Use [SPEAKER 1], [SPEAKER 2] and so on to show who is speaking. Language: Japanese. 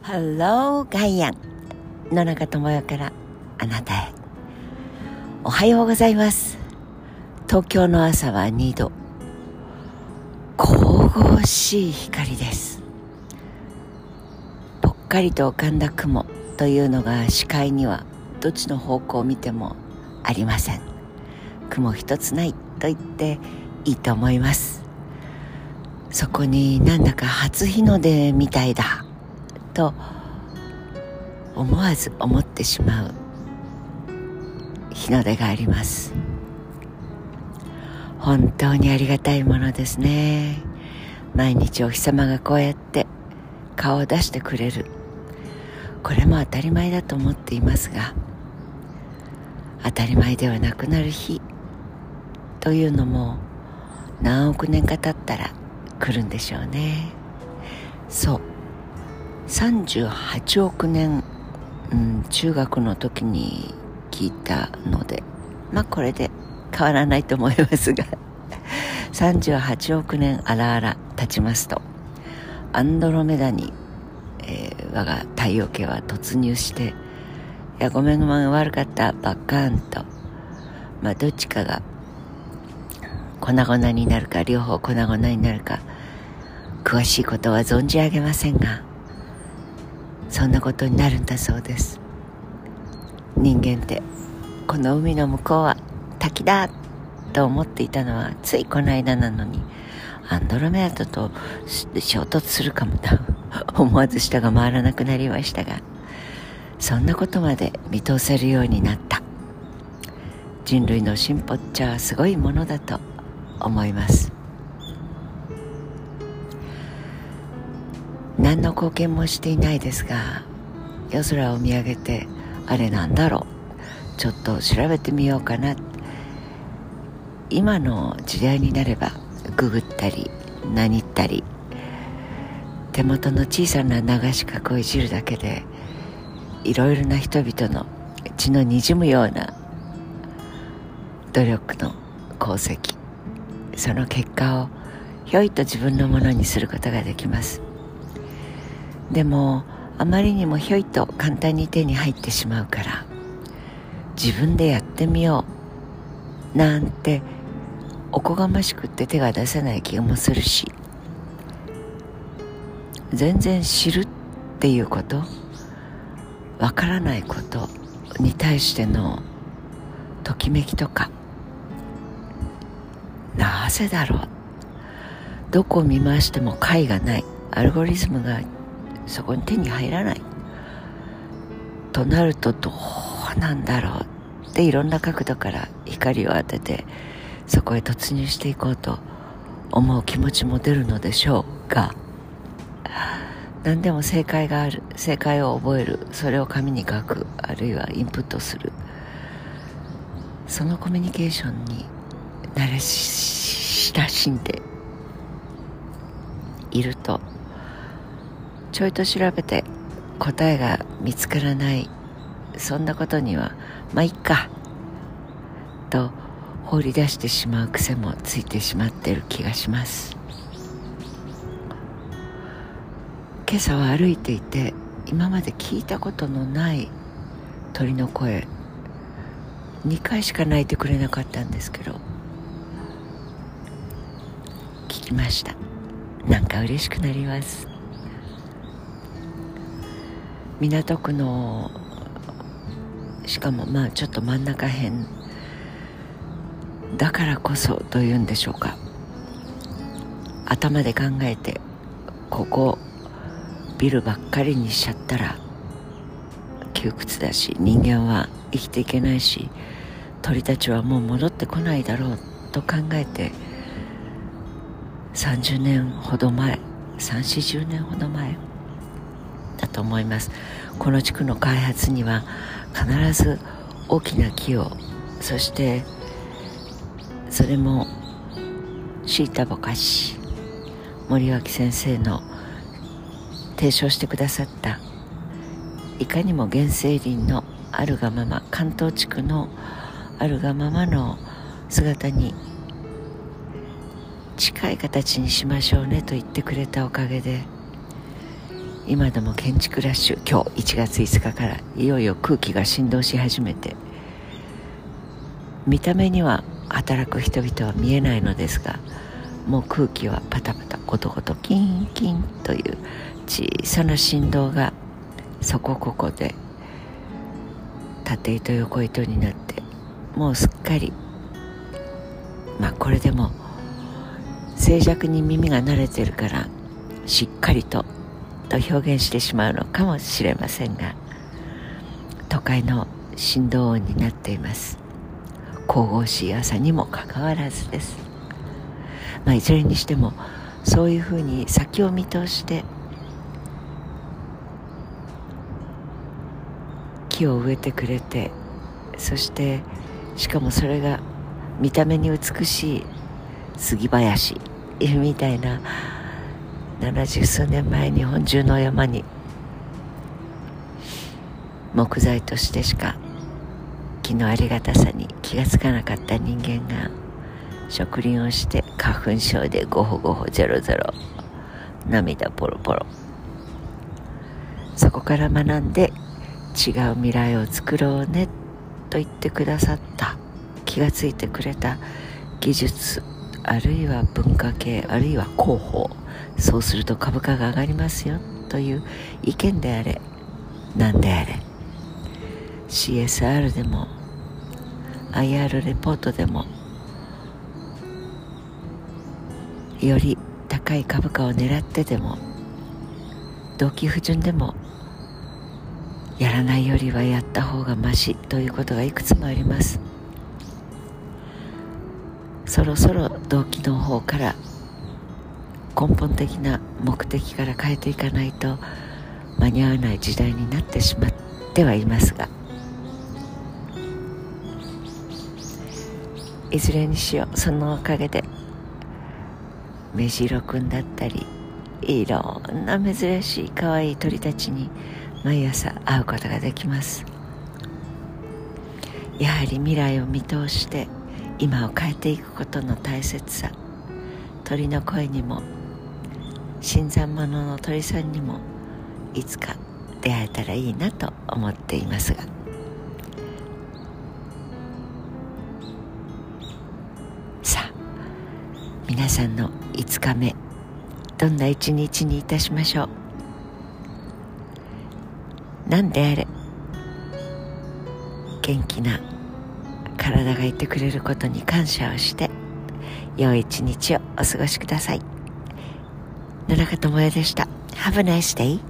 [SPEAKER 1] ハローガイアン野中智代からあなたへ。おはようございます。東京の朝は2度、神々しい光です。ぽっかりと浮かんだ雲というのが視界にはどっちの方向を見てもありません。雲一つないと言っていいと思います。そこになんだか初日の出みたいだと思わず思ってしまう日の出があります。本当にありがたいものですね。毎日お日様がこうやって顔を出してくれる、これも当たり前だと思っていますが、当たり前ではなくなる日というのも何億年か経ったら来るんでしょうね。そう38億年、中学の時に聞いたので、これで変わらないと思いますが38億年あらあら経ちますと、アンドロメダに、我が太陽系は突入して、ごめん悪かった、バッカーンと、どっちかが粉々になるか、両方粉々になるか、詳しいことは存じ上げませんが、そんなことになるんだそうです。人間ってこの海の向こうは滝だと思っていたのはついこの間なのに、アンドロメダと衝突するかもと思わず舌が回らなくなりましたが、そんなことまで見通せるようになった。人類の進歩っちゃすごいものだと思います。何の貢献もしていないですが、夜空を見上げて、あれなんだろう、ちょっと調べてみようかな。今の時代になればググったり何ったり、手元の小さな流し角をいじるだけで、いろいろな人々の血のにじむような努力の功績、その結果をひょいと自分のものにすることができます。でもあまりにもひょいと簡単に手に入ってしまうから、自分でやってみようなんておこがましくって手が出せない気もするし、全然知るっていうこと、わからないことに対してのときめきとか、なぜだろう、どこを見回しても解がない、アルゴリズムがそこに手に入らないとなると、どうなんだろうっていろんな角度から光を当てて、そこへ突入していこうと思う気持ちも出るのでしょうが、何でも正解がある、正解を覚える、それを紙に書く、あるいはインプットする、そのコミュニケーションに慣れ親しんでいると、ちょいと調べて答えが見つからない、そんなことにはいっかと放り出してしまう癖もついてしまっている気がします。今朝は歩いていて、今まで聞いたことのない鳥の声、2回しか鳴いてくれなかったんですけど、聞きました。なんか嬉しくなります。港区の、しかもちょっと真ん中辺だからこそというんでしょうか、頭で考えて、ここビルばっかりにしちゃったら窮屈だし、人間は生きていけないし、鳥たちはもう戻ってこないだろうと考えて、30年ほど前、3040年ほど前だと思います。この地区の開発には必ず大きな木を、そしてそれも椎田ぼかし、森脇先生の提唱してくださった、いかにも原生林のあるがまま、関東地区のあるがままの姿に近い形にしましょうねと言ってくれたおかげで、 今でも建築ラッシュ、今日1月5日からいよいよ空気が振動し始めて、見た目には働く人々は見えないのですが、もう空気はパタパタゴトゴトキンキンという小さな振動がそこここで縦糸横糸になって、もうすっかりこれでも静寂に耳が慣れてるからしっかりと表現してしまうのかもしれませんが、都会の振動音になっています。神々しい朝にもかかわらずです。いずれにしてもそういうふうに先を見通して木を植えてくれて、そしてしかもそれが見た目に美しい杉林みたいな、70数年前日本中の山に木材としてしか木のありがたさに気がつかなかった人間が植林をして花粉症でゴホゴホゼロゼロ涙ポロポロ、そこから学んで違う未来を作ろうねと言ってくださった、気がついてくれた技術、あるいは文化系、あるいは広報、そうすると株価が上がりますよという意見であれ何であれ、 CSR でも IR レポートでもより高い株価を狙ってでも動機不純でもやらないよりはやった方がマシということがいくつもあります。そろそろ動機の方から根本的な目的から変えていかないと間に合わない時代になってしまってはいますが、いずれにしよう、そのおかげでメジロ君だったりいろんな珍しい可愛い鳥たちに毎朝会うことができます。やはり未来を見通して今を変えていくことの大切さ、鳥の声にも新参者の鳥さんにもいつか出会えたらいいなと思っていますが、さあ皆さんの5日目どんな一日にいたしましょう。なんであれ元気な体がいてくれることに感謝をして良い一日をお過ごしください。野中智代でした。Have a nice day.